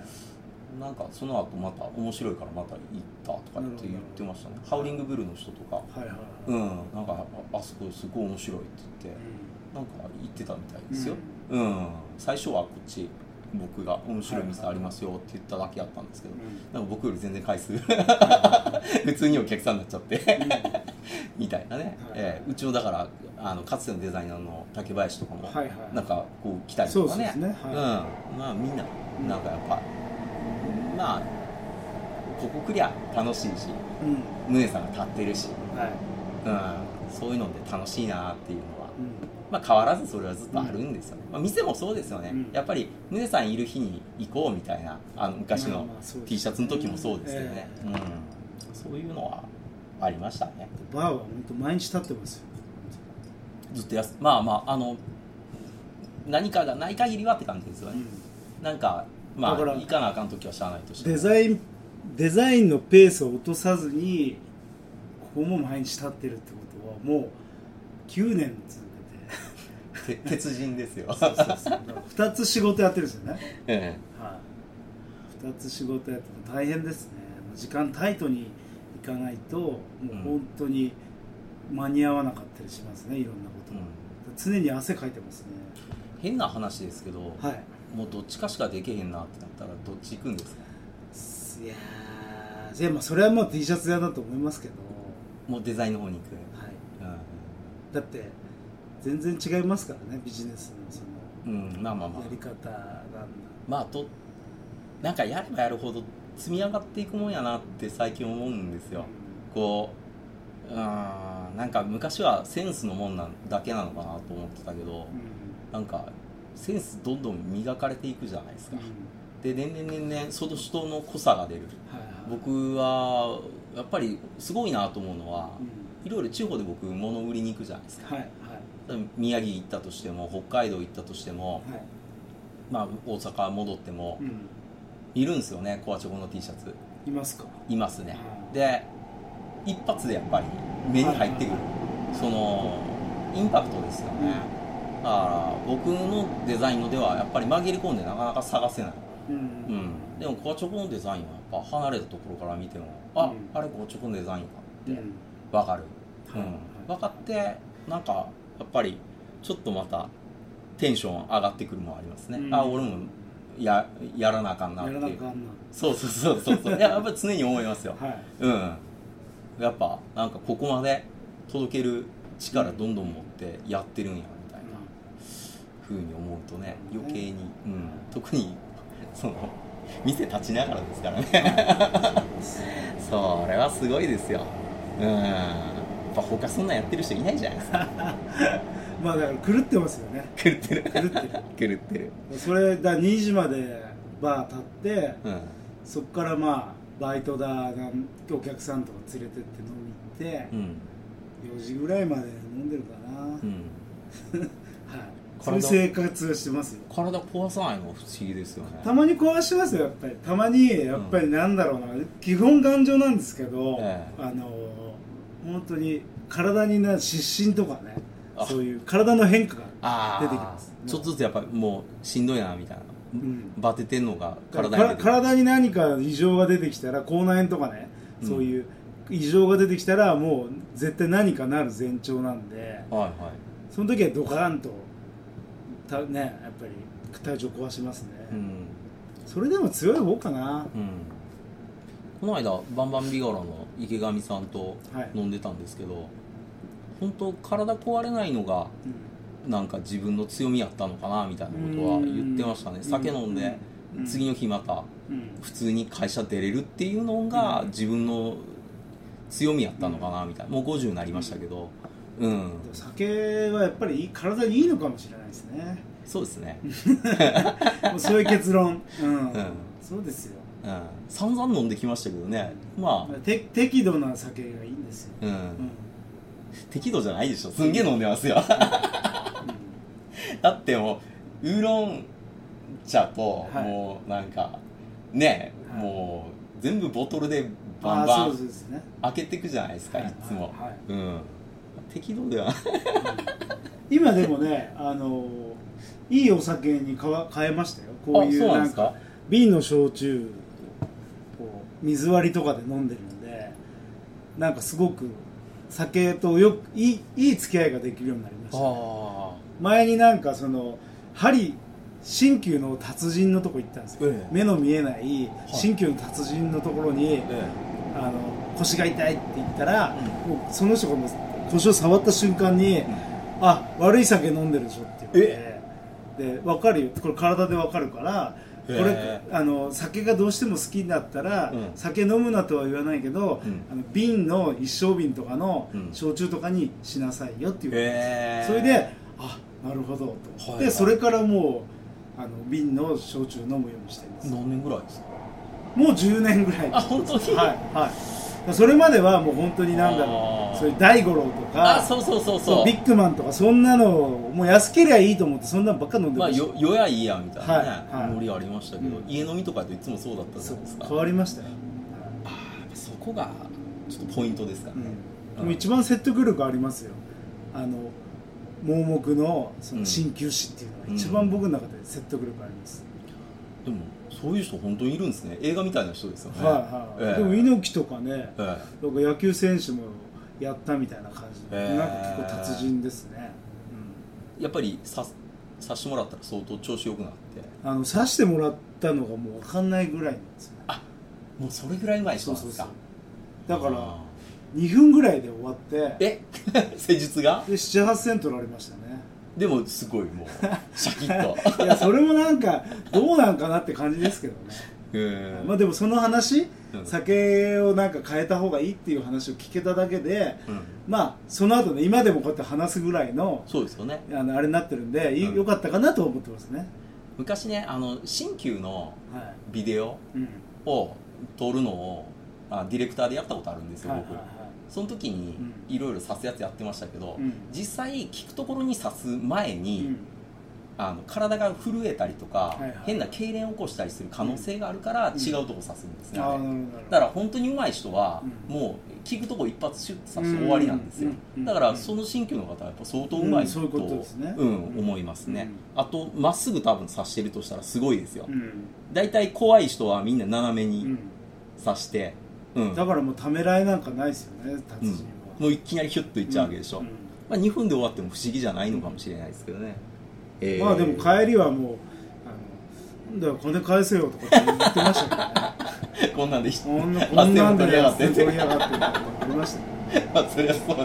なんかその後また面白いからまた行ったとかって言ってましたね。ハウリングブルーの人とか、はいはいはい、うん、なんか あ, あそこすごい面白いって言って、うん、なんか言ってたみたいですよ、うんうん、最初はこっち僕が面白い店ありますよって言っただけやったんですけど、はいはい、なんか僕より全然回数普通にお客さんになっちゃってみたいなね、はいはい、えー、うちのだからあのかつてのデザイナーの竹林とかもなんかこう来たりとかね、そうですね、はい、うん、まあみんななんかやっぱ、うん、まあここ来りゃ楽しいし、うん、宗さんが立ってるし、はい、うん、そういうので楽しいなっていうのは、うん、まあ変わらずそれはずっとあるんですよね、うん、まあ、店もそうですよね、うん、やっぱり宗さんいる日に行こうみたいな、あの昔の T シャツの時もそうですけどね、うん、えーうん、そういうのはありましたね。 バーは本当毎日立ってますよ。 ずっとやすまあまああの何かがない限りはって感じですよね、うん、なんかまあ行かなあかん時はしゃあないとしてデザインデザインのペースを落とさずにここも毎日立ってるってことはもうきゅうねん続けて鉄人ですよ。 そうそうそうふたつ仕事やってるんですよね、ええ、はい、ふたつ仕事やっても大変ですね。時間タイトにいかないともう本当に間に合わなかったりしますね、いろんなことが、うん、常に汗かいてますね。 変な話ですけど、 はい、 もうどっちかしかできへんなってなったらどっち行くんですか？ いやー、でもそれはもう T シャツ屋だと思いますけど、 もうデザインの方に行く、 はい、うん、だって全然違いますからね、ビジネスのその、うん、まあまあまあやり方なんだ。 まあとなんかやればやるほど積み上がっていくもんやなって最近思うんですよ、うん、こう、うん、なんか昔はセンスのもんなんだけなのかなと思ってたけど、うん、なんかセンスどんどん磨かれていくじゃないですか、うん、で年々年々その人の濃さが出る、はいはい、僕はやっぱりすごいなと思うのは、うん、いろいろ地方で僕物売りに行くじゃないですか、はいはい、宮城行ったとしても北海道行ったとしても、はい、まあ、大阪戻っても、うん、いるんですよね、コアチョコの T シャツ。 いますか？ いますね。で一発でやっぱり目に入ってくる、そのインパクトですよね、うん、だから僕のデザインのではやっぱり紛れ込んでなかなか探せない、うんうん、でもコアチョコのデザインはやっぱ離れたところから見ても、うん、あ、あれコアチョコのデザインかって分かる、うんうん、分かってなんかやっぱりちょっとまたテンション上がってくるもありますね、うん、あ、俺もや, やらなあかんなっていう、そうそうそうそうそういや、やっぱり常に思いますよ、はい、うん、やっぱなんかここまで届ける力どんどん持ってやってるんやみたいな風に思うとね、余計に、うん、特にその店立ちながらですからねそれはすごいですよ、うん、やっぱ他そんなんやってる人いないじゃないですかまあだから狂ってますよね。 狂ってる。 狂ってる。 狂ってる。 それだにじまでバー立って、うん、そっからまあバイトだなんお客さんとか連れてって飲み行って、うん、よじぐらいまで飲んでるかな。うん、はい。そういう生活をしてますよ。 体壊さないのが不思議ですよね。 たまに壊しますよやっぱり。たまにやっぱりなんだろうな、うん、基本頑丈なんですけど、ええ、あの本当に体にな失神とかね。そういう体の変化が出てきます。 ちょっとずつやっぱりもうしんどいなみたいな、うん、バテてんのが体に出てくる。体に何か異常が出てきたら、口内炎とかね、うん、そういう異常が出てきたらもう絶対何かなる前兆なんで、はいはい、その時はドカーンとた、ね、やっぱり体調壊しますね、うん、それでも強い方かな、うん、 この間バンバンビガロの池上さんと飲んでたんですけど、はい、本当体壊れないのがなんか自分の強みやったのかなみたいなことは言ってましたね。酒飲んで次の日また普通に会社出れるっていうのが自分の強みやったのかなみたいな。もうごじゅうになりましたけど、うん、 酒はやっぱり体にいいのかもしれないですね。 そうですねもうそういう結論、うんうん、そうですよ、 うん、散々飲んできましたけどね、まあて適度な酒がいいんですよ、うんうん、 適度じゃないでしょ、すんげえ飲んでますよだってもうウーロン茶ともうなんかね、はい、もう全部ボトルでバンバン開けていくじゃないですか、いつも、はいはい、うん、適度では今でもね、あのいいお酒に変えましたよ。こういうなんか瓶の焼酎を水割りとかで飲んでるんで、なんかすごく酒とよくいい、いい付き合いができるようになりました、ね、前になんかその針鍼灸の達人のとこ行ったんですよ、ええ、目の見えない鍼灸の達人のところに、ええ、あの腰が痛いって言ったら、うん、もうその人が腰を触った瞬間に、うん、あ、悪い酒飲んでるでしょって言って、で分かるよ、これ体で分かるから、これあの酒がどうしても好きだったら、うん、酒飲むなとは言わないけど、うん、あの瓶の一升瓶とかの焼酎とかにしなさいよっていう、うん、それで、あ、なるほどと、はいはい、でそれからもうあの瓶の焼酎飲むようにしてるんです。 何年ぐらいですか？ もうじゅうねんぐらいです。 あ、本当に？ はいはい。それまではもう本当に何だろう、そういう大五郎とか、 あ、そうそうそうそう、 ビッグマンとかそんなのもう安けりゃいいと思ってそんなのばっか飲んでました。 まあよやいいやみたいなね、はいはい、ノリありましたけど、うん、家飲みとかっていつもそうだったじゃないですか。 変わりましたよ。 ああ、そこがちょっとポイントですかね、 うん、もう一番説得力ありますよ。あの盲目のその鍼灸師っていうのが一番僕の中で説得力あります、 でもそういう人本当にいるんですね。映画みたいな人ですよね。 はいはい、えー、でも猪木とかね、えー、なんか野球選手もやったみたいな感じで、えー、なんか結構達人ですね、 うん、やっぱりささしてもらったら相当調子よくなって、 あのさしてもらったのがもう分かんないぐらいなんですよね。 あ、もうそれぐらい前にしたんですか。 そうそうそう、だからにふんぐらいで終わって、 え施術がでななはちせん取られましたね。 でもすごいもうシャキッといやそれもなんかどうなんかなって感じですけどね。えー、まあでもその話、うん、酒をなんか変えた方がいいっていう話を聞けただけで、うん、まあその後ね、今でもこうやって話すぐらいの、 そうですよね、 あのあれになってるんで、うん、よかったかなと思ってますね。 昔ね、あの新旧のビデオを撮るのを、あディレクターでやったことあるんですよ、はいはいはい、僕。その時にいろいろ刺すやつやってましたけど、うん、実際聞くところに刺す前に、うん、あの体が震えたりとか、はいはい、変な痙攣を起こしたりする可能性があるから違うとこ刺すんですね、うん、だから本当に上手い人は、うん、もう聞くとこ一発シュッと刺して終わりなんですよ、だからその新旧の方はやっぱ相当上手いと、うん、ね、うん、思いますね、うん、あとまっすぐ多分刺してるとしたらすごいですよ、だいたい怖い人はみんな斜めに刺して、うん、 だからもうためらいなんかないですよね、達人は、 うん、もういきなりヒュッといっちゃうわけでしょ、うんうん、まあ、にふんで終わっても不思議じゃないのかもしれないですけどね、 えー、まあでも帰りはもうあのなんだよ金返せよとかって言ってましたけどねこんなんでこんなこんなんでやって取りやがってってありましたねまあそりゃそうですよ面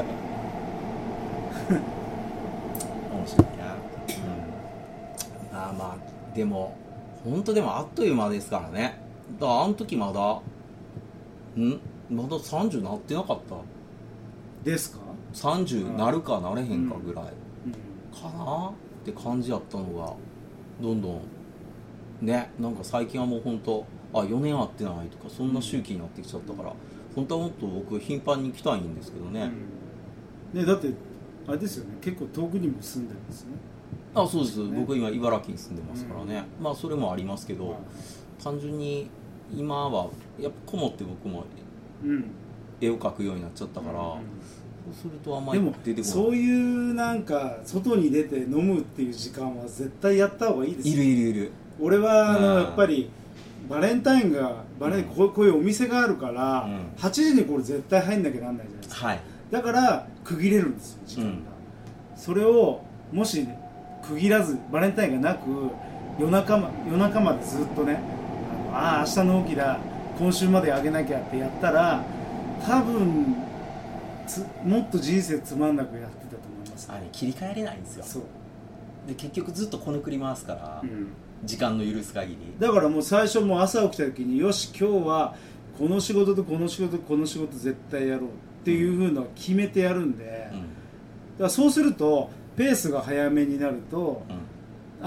白いな、うん、あまあでも本当でもあっという間ですからね。だからあの時まだんまださんじゅうなってなかったですか。 さんじゅうなるかなれへんかぐらい、うんうん、かなって感じやったのがどんどんね、なんか最近はもう本当あよねん会ってないとかそんな周期になってきちゃったから、うん、本当はもっと僕頻繁に行きたいんですけどね、 うん、ねだってあれですよね、結構遠くにも住んでるんですね。 あそうです、ね、僕今茨城に住んでますからね、うん、まあそれもありますけど、はい、単純に今はやっぱこもって僕も絵を描くようになっちゃったから、うん、そうするとあんまり出てこない。 でもそういうなんか外に出て飲むっていう時間は絶対やった方がいいですよ。 いるいるいる。 俺はあのやっぱりバレンタインがバレン、うん、こういうお店があるから、うん、はちじにこれ絶対入んなきゃなんないじゃないですか、はい、だから区切れるんですよ時間が、うん、それをもし区切らずバレンタインがなく夜中ま夜中までずっとね、ああ明日の起きだ今週まであげなきゃってやったら多分つもっと人生つまんなくやってたと思います、ね、 あれ切り替えれないんですよ。そうで結局ずっとこねくり回すから、うん、時間の許す限りだからもう最初もう朝起きた時によし今日はこの仕事とこの仕事とこの仕事絶対やろうっていう風な決めてやるんで、うん、だからそうするとペースが早めになると、うん、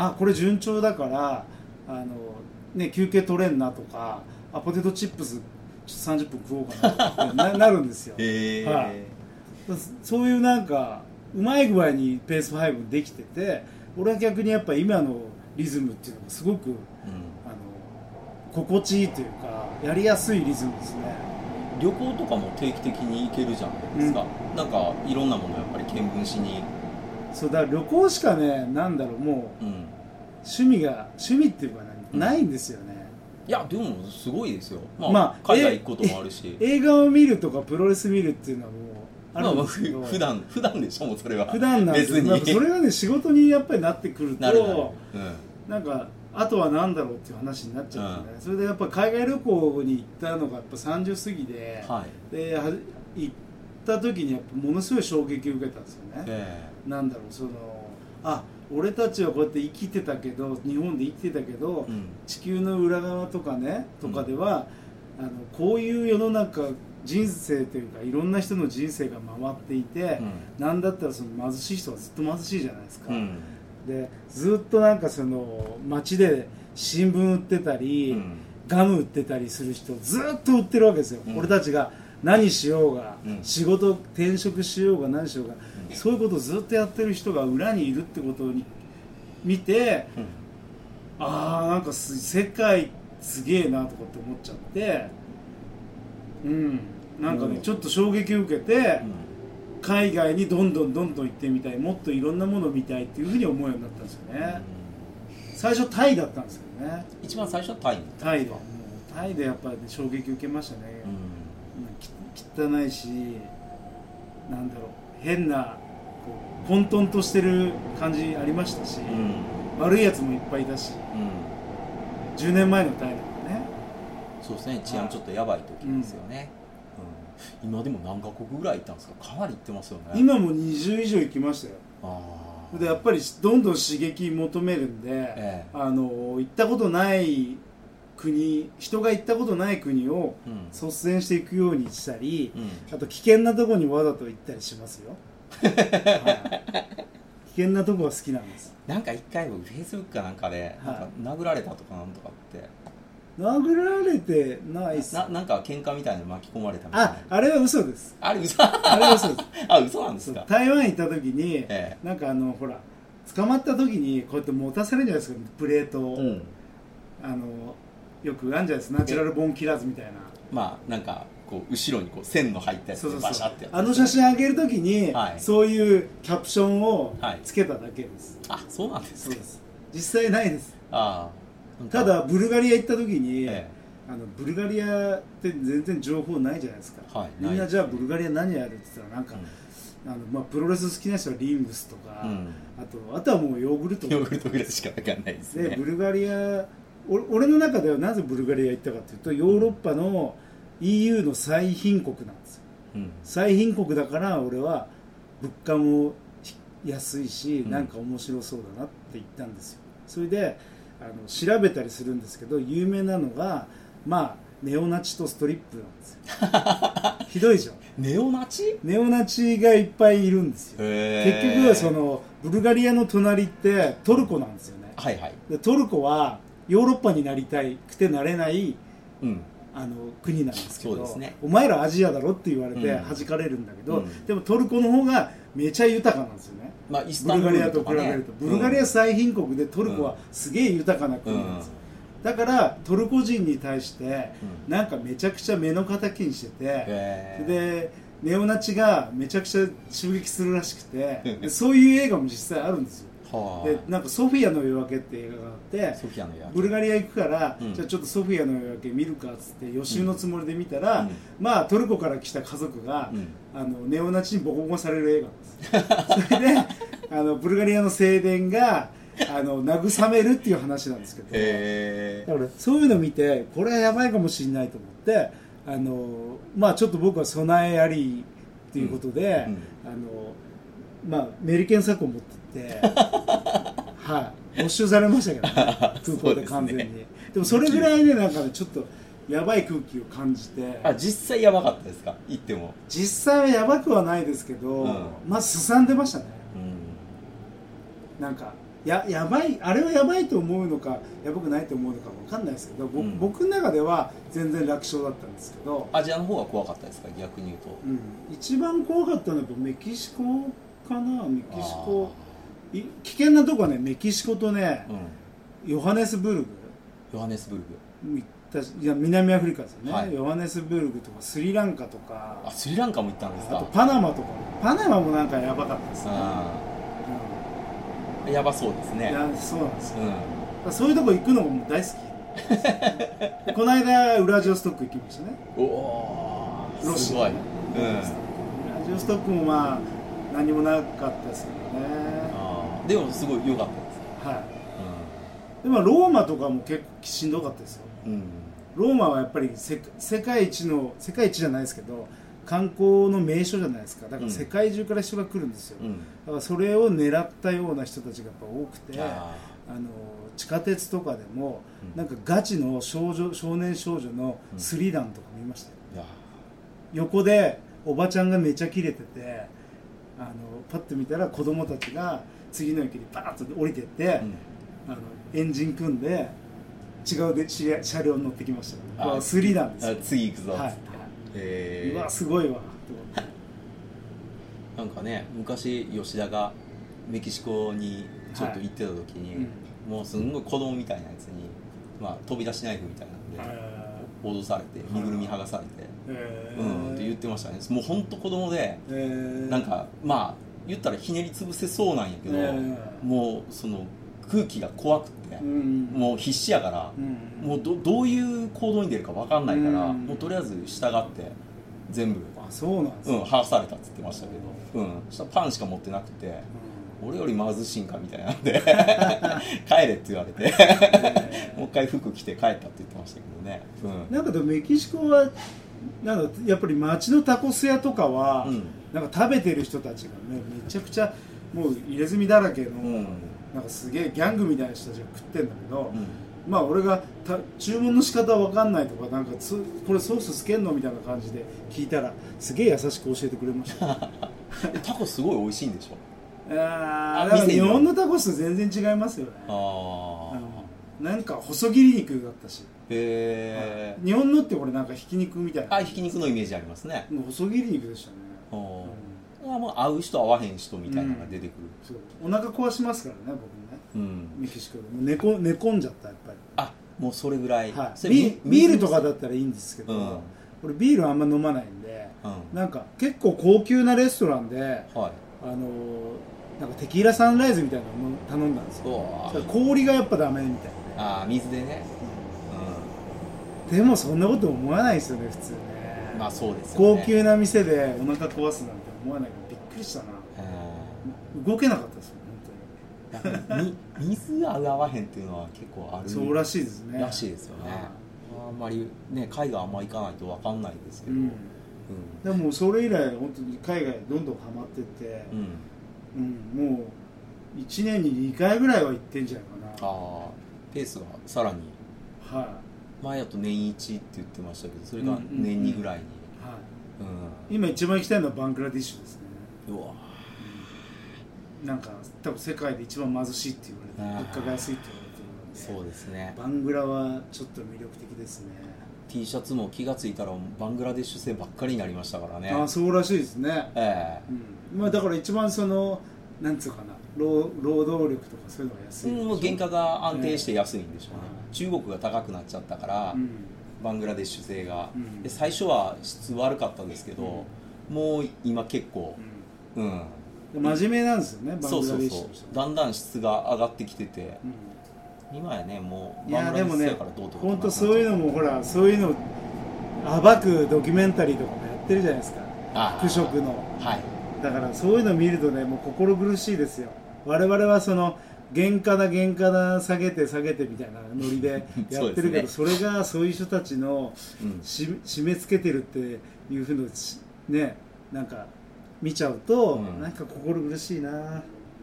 あこれ順調だからあの、ね、休憩取れんなとかあポテトチップスさんじゅっぷん食おうかなって な, なるんですよ、えーはい、そういうなんかうまい具合にペース配分できてて俺は逆にやっぱ今のリズムっていうのがすごく、うん、あの心地いいというかやりやすいリズムですね。 旅行とかも定期的に行けるじゃないですか、うん、なんかいろんなものやっぱり見聞しにそうだから旅行しかねなんだろうもう、うん、趣味が趣味っていうか、ねうん、ないんですよね。 いやでもすごいですよ、まあまあ、海外行くこともあるし映画を見るとかプロレス見るっていうのはもうあるんですけど、 まあ、普段普段でしょもうそれは普段なんです別にそれがね仕事にやっぱりなってくるとなるなる、うん、なんかあとは何だろうっていう話になっちゃうんでね、うん、それでやっぱ海外旅行に行ったのがやっぱさんじゅう過ぎで、はい、で行った時にやっぱものすごい衝撃を受けたんですよね、えー、なんだろうそのあ俺たちはこうやって生きてたけど日本で生きてたけど、うん、地球の裏側とかねとかでは、うん、あのこういう世の中人生というかいろんな人の人生が回っていて、うん、なんだったらその貧しい人はずっと貧しいじゃないですか、うん、でずっとなんかその街で新聞売ってたり、うん、ガム売ってたりする人ずっと売ってるわけですよ、うん、俺たちが何しようが、うん、仕事転職しようが何しようが、うん、そういうことをずっとやってる人が裏にいるってことを見て、うん、ああなんか世界すげえなとかって思っちゃってうんなんかね、うん、ちょっと衝撃を受けて、うん、海外にどんどんどんどん行ってみたいもっといろんなものを見たいっていうふうに思うようになったんですよね、うん、最初タイだったんですけよね。 一番最初はタイタイでもうタイでやっぱり衝撃受けましたね、うん、汚いしなんだろう変なこう混沌としてる感じありましたし、うん、悪いやつもいっぱいいたし、うん、じゅうねんまえのタイだからね。 そうですね、治安ちょっとやばい時ですよね、うんうん、今でも何カ国ぐらい行ったんですか？かなり行ってますよね。 今もにじゅう以上行きましたよ。あでやっぱりどんどん刺激求めるんで、ええ、あの行ったことない国、人が行ったことない国を率先していくようにしたり、うん、あと危険なところにわざと行ったりしますよ、はい、危険なとこが好きなんです。 なんか一回フェイスブックかなんかでなんか殴られたとかなんとかって、 殴られてないっす。 な, なんか喧嘩みたいなの巻き込まれたみたいな。 あ、あれは嘘です。 あれ嘘あれは嘘です。 あ、嘘なんですか？ 台湾行った時に、ええ、なんかあのほら捕まった時にこうやって持たされるじゃないですか、プレートを、うん、あのよくあるじゃないですか、ナチュラルボーンキラーズみたいな、 まあなんかこう後ろにこう線の入ったやつでバシャってやつ、 あの写真あげる時に、はい、そういうキャプションをつけただけです、 はい、あ、そうなんですか？ そうです。実際ないです。 あただブルガリア行った時に、ええ、あのブルガリアって全然情報ないじゃないですか、はい、みんなじゃあブルガリア何やるって言ったらなんか、うん、あのまあ、プロレス好きな人はリングスとか、うん、あとあとはもうヨーグルトヨーグルトぐらいしか分かんないですね。 でブルガリア、俺の中ではなぜブルガリア行ったかというと、ヨーロッパの イーユー の最貧国なんですよ、うん、最貧国だから俺は物価も安いし、うん、なんか面白そうだなって言ったんですよ。それであの調べたりするんですけど、有名なのがまあネオナチとストリップなんですよひどいでしょ。 ネオナチネオナチがいっぱいいるんですよ。結局はそのブルガリアの隣ってトルコなんですよね、はいはい、でトルコはヨーロッパになりたいくてなれない、うん、あの国なんですけど、そうですね、お前らアジアだろって言われて弾かれるんだけど、うん、でもトルコの方がめちゃ豊かなんですよね、まあ、イスタンブールとかね、ブルガリアと比べると、ブルガリア最貧国でトルコはすげえ豊かな国なんですよ、うん、だからトルコ人に対してなんかめちゃくちゃ目の敵にしてて、うん、でネオナチがめちゃくちゃ襲撃するらしくて、でそういう映画も実際あるんですよ。でなんかソフィアの夜明けって映画があって、ソフィアの夜明け、ブルガリア行くから、うん、じゃあちょっとソフィアの夜明け見るかっつって予習のつもりで見たら、うん、まあトルコから来た家族が、うん、あのネオナチにボコボコされる映画なんですそれであのブルガリアの正殿があの慰めるっていう話なんですけど、えー、だからそういうのを見てこれはやばいかもしれないと思って、あのまあちょっと僕は備えありっていうことで、うんうん、あのまあメリケンサックを持ってはい、没収されましたけどね空港で完全に。 で, ね、でもそれぐらいね、なんかねちょっとやばい空気を感じて。 あ、実際やばかったですか？行っても実際はやばくはないですけど、うん、まあすさんでましたね、うん、なんか や, やばいあれはやばいと思うのかやばくないと思うのか分かんないですけど、うん、僕の中では全然楽勝だったんですけど。 アジアの方が怖かったですか？逆に言うと、 うん、一番怖かったのはメキシコかな。メキシコ危険なとこはね、メキシコとね、うん、ヨハネスブルグヨハネスブルグ行ったし、いや南アフリカですよね、はい、ヨハネスブルグとかスリランカとか。 あ、スリランカも行ったんですか？ あとパナマとか。パナマもなんかやばかったですね、 うん、やばそうですね。 いや、そうなんですよ、うん、そういうとこ行くのも大好きこの間ウラジオストック行きましたね。 おお、すごい、うん、ウラジオストックもまあ何もなかったですけどね。 でもすごい良かったです。 はい、うん、でもローマとかも結構しんどかったですよ、うん、ローマはやっぱり世, 世界一の世界一じゃないですけど観光の名所じゃないですか。だから世界中から人が来るんですよ、うん、だからそれを狙ったような人たちがやっぱ多くて、ああの地下鉄とかでも、うん、なんかガチの少女少年少女のスリランとか見ましたよ、うん、横でおばちゃんがめちゃキレてて、あのパッと見たら子供たちが次の駅にバーッと降りてって、うん、あのエンジン組んで違うで車両に乗ってきましたよ。スリなんですよ。 次行くぞ、はい、 えー、うわすごいわなんかね、昔吉田がメキシコにちょっと行ってた時に、はい、うん、もうすんごい子供みたいなやつに、まあ、飛び出しナイフみたいなんで脅されて身ぐるみ剥がされて、えー、うんって言ってましたね。もう本当子供で、えー、なんかまあ言ったらひねり潰せそうなんやけど、えー、もうその空気が怖くて、うん、もう必死やから、うん、もう ど, どういう行動に出るか分かんないから、うん、もうとりあえず従って全部あそうなんですか、 うん、剥がされたって言ってましたけど、うん、そしたらパンしか持ってなくて、うん、俺より貧しいんかみたいなんで帰れって言われてもう一回服着て帰ったって言ってましたけどね、 うん、なんかでもメキシコはなんかやっぱり街のタコス屋とかは、うん、なんか食べてる人たちがねめちゃくちゃもう入れ墨だらけの、うん、なんかすげえギャングみたいな人たちが食ってんだけど、うん、まあ俺がた注文の仕方わかんないとかなんかつこれソースつけんのみたいな感じで聞いたらすげえ優しく教えてくれましたタコすごい美味しいんでしょ。 ああ日本のタコスと全然違いますよね。ああなんか細切り肉だったしへえ日本のってこれなんかひき肉みたいなあひき肉のイメージありますね。 もう細切り肉でしたね。 あ、うん、もう合う人合わへん人みたいなのが出てくる、 うん、そうお腹壊しますからね僕ね、うん、メキシコでもう寝こ寝込んじゃったやっぱりあもうそれぐらい、はい、 ビ, ビールとかだったらいいんですけど、うん、俺ビールあんま飲まないんで、うん、なんか結構高級なレストランで、はい、あのなんかテキーラサンライズみたいなの頼んだんですよ。氷がやっぱダメみたいなあ水でね、 うん、でもそんなこと思わないですよね普通ね。 まあそうですよね。 高級な店でお腹壊すなんて思わないからびっくりしたな。動けなかったですよ本当に水合う合わへんっていうのは結構あるそうらしいですね。 らしいですよね。あんまりね海外あんま行かないと分かんないですけど、うんうん、 でもそれ以来本当に海外どんどんハマってって、うんうん、もういちねんににかいぐらいは行ってんじゃないかな。 あペースがさらに、はい、前だと年いちって言ってましたけどそれが年にぐらいに、うんうんはいうん、今一番行きたいのはバングラディッシュですね。うわ、うん、なんか多分世界で一番貧しいって言われて物価が安いって言われてるのでそうですねバングラはちょっと魅力的ですね。 T シャツも気がついたらバングラディッシュ製ばっかりになりましたからね。 あそうらしいですね、えーうんまあ、だから一番そのなんつうかな 労, 労働力とかそういうのが安い、 うん、原価が安定して安いんでしょうね、えー、中国が高くなっちゃったから、うん、バングラデシュ製が、うん、で最初は質悪かったんですけど、うん、もう今結構、うんうん、真面目なんですよねバングラデシュ。 そうそうそうだんだん質が上がってきてて、うん、今やねもうバングラデシュ製からどうとか本当そういうのもほらそういうの暴くドキュメンタリーとかもやってるじゃないですか服飾の、はい、だからそういうの見るとねもう心苦しいですよ。我々はその原価だ原価だ下げて下げてみたいなノリでやってるけどそ,、ね、それがそういう人たちのし、うん、締め付けてるっていうふうにねなんか見ちゃうと、うん、なんか心苦しいな、うんま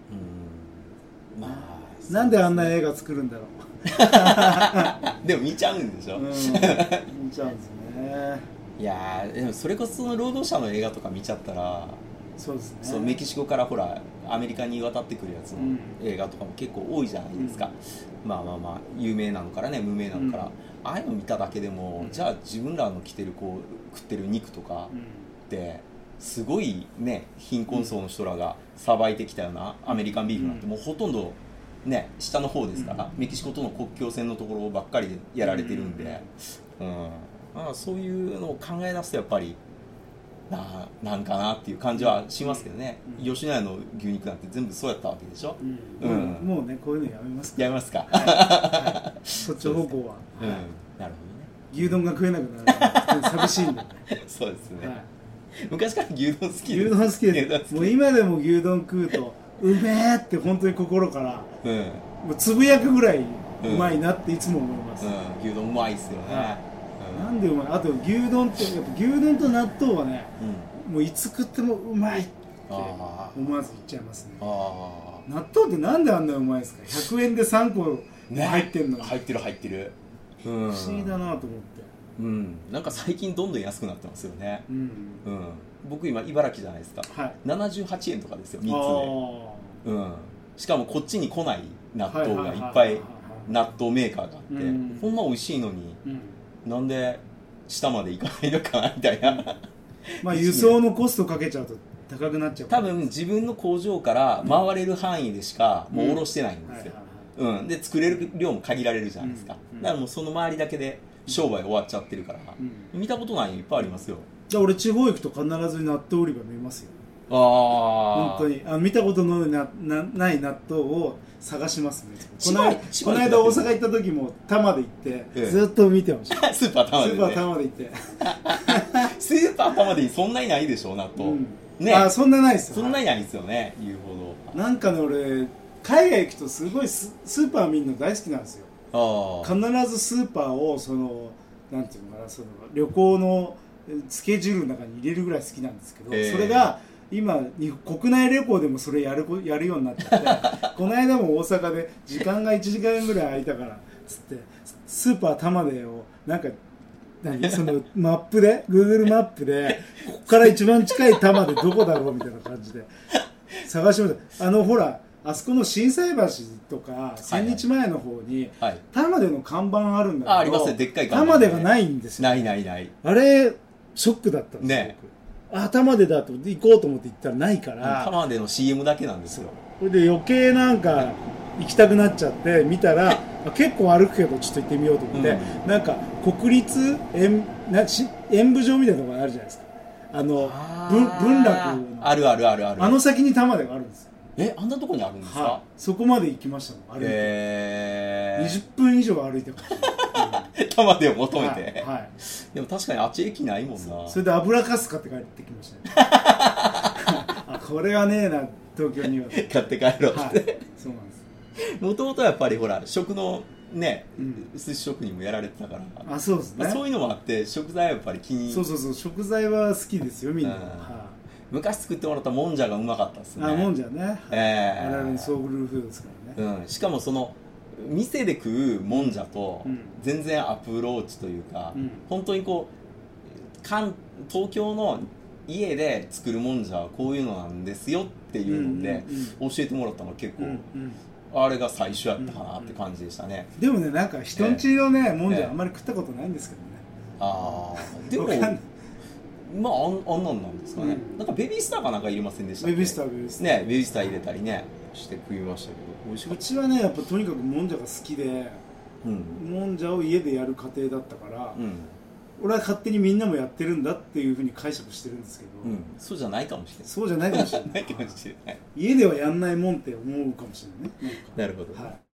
あ、なんであんな映画作るんだろうでも見ちゃうんでしょ、うん、見ちゃうんですね。 いやでもそれこそその労働者の映画とか見ちゃったらそうですね、 そうメキシコからほらアメリカに渡ってくるやつの映画とかも結構多いじゃないですか、うん、まあまあまあ有名なのからね無名なのから、うん、ああいうの見ただけでも、うん、じゃあ自分らの着てるこう食ってる肉とかってすごいね貧困層の人らがさばいてきたようなアメリカンビーフなんてもうほとんどね下の方ですから、メキシコとの国境線のところばっかりでやられてるんで、うんまあ、そういうのを考え出すとやっぱりな, なんかなっていう感じはしますけどね、うん、吉野家の牛肉なんて全部そうやったわけでしょ、 うんうん、もうねこういうのやめますかやめますか、 はいはい、そっち方向は、うん、なるほどね。牛丼が食えなくなる寂しいんで、ね、 そうですね、はい、昔から牛丼好きです牛丼好きですもう今でも牛丼食うとうめえって本当に心から、うん、もうつぶやくぐらいうまいなっていつも思います、うんうん、 牛丼うまいっすよね、はいなんでうまいあと牛丼ってやっぱ牛丼と納豆はね、うん、もういつ食ってもうまいって思わず言っちゃいますね。あ納豆ってなんであんなうまいですか。ひゃくえんでさんこ入ってんのに、 ね、入ってる入ってる、 うん、不思議だなと思って、 うん、なんか最近どんどん安くなってますよね、うんうん、僕今茨城じゃないですか、はい、ななじゅうはちえんとかですよみっつで、うん、しかもこっちに来ない納豆がいっぱい納豆メーカーがあって、うん、こんな美味しいのに、うんなんで下まで行かないのかなみたいなまあ輸送のコストかけちゃうと高くなっちゃう多分自分の工場から回れる範囲でしかもう卸してないんですよ、うんうん、で作れる量も限られるじゃないですか、うんうん、だからもうその周りだけで商売終わっちゃってるから、うん、見たことないのいっぱいありますよ。 じゃあ俺地方行くと必ず納豆売り場見ますよ。 ああ本当にあの見たことのななない納豆を探しますね。この間千葉この間大阪行った時も多摩で行って、ええ、ずっと見てましたスーパー多摩で、ね、 スーパー多摩で行ってスーパー多摩でそんなにないでしょ納豆、うんね、あそんなないですよ。 そんなにないですよね、言うほど。なんかね俺海外行くとすごい ス, スーパー見るの大好きなんですよ。あ必ずスーパーをそのなんていうのかなその旅行のスケジュールの中に入れるぐらい好きなんですけど、えー、それが今国内旅行でもそれやるやるようになっちゃってこの間も大阪で時間がいちじかんぐらい空いたからつってスーパー玉出をなんか何そのマップで Google マップでここから一番近い多摩でどこだろうみたいな感じで探しました。あのほらあそこの心斎橋とか千日前の方に多摩出の看板あるんだけど、 あありますね、でっかい看板、ね、多摩出がないんですよ。 ないないない。 あれショックだったんですよ、ね、あ多摩出だと行こうと思って行ったらないから多摩出の シーエム だけなんですよ。 それで余計なんか行きたくなっちゃって見たら結構歩くけどちょっと行ってみようと思って、うん、なんか国立演なし演舞場みたいなところがあるじゃないですか。あの文楽あるあるあるあるあの先に多摩出があるんですよ。 えあんなとこにあるんですか、はい、そこまで行きましたもん歩いて、えー、にじゅっぷん以上歩いてました多摩出を求めて、 はいはい、 でも確かにあっち駅ないもんな。 それで油かす買って帰ってきましたねあこれはねえな東京には買って帰ろうって、はい、 そうなんですもともとやっぱりほら食のね、うん、寿司職人もやられてたから、 あそうですね、 まあ、そういうのもあって食材はやっぱり気にそうそうそう食材は好きですよみんな、うんはあ、昔作ってもらったもんじゃがうまかったですね。 あもんじゃね、 えー、 我々のソウルフードですからね、 うん、しかもその店で食うもんじゃと全然アプローチというか、うん、本当にこう関東京の家で作るもんじゃはこういうのなんですよっていうので教えてもらったのが結構、うんうんあれが最初やったかなって感じでしたね、 うんうん、でもねなんか人んちのね、えー、もんじゃあんまり食ったことないんですけどね、 えー、ああでもまああん、あんなんなんですかね、うん、なんかベビースターかなんか入れませんでしたっけ。 ベビースターベビースターねベビースター入れたりねして食いましたけど美味しかった。 うちはねやっぱとにかくもんじゃが好きで、うん、もんじゃを家でやる家庭だったから、うん、俺は勝手にみんなもやってるんだっていうふうに解釈してるんですけど、 うん、そうじゃないかもしれない。 そうじゃないかもしれないないかもしれない。 家ではやんないもんって思うかもしれないね。 なるほど、 はい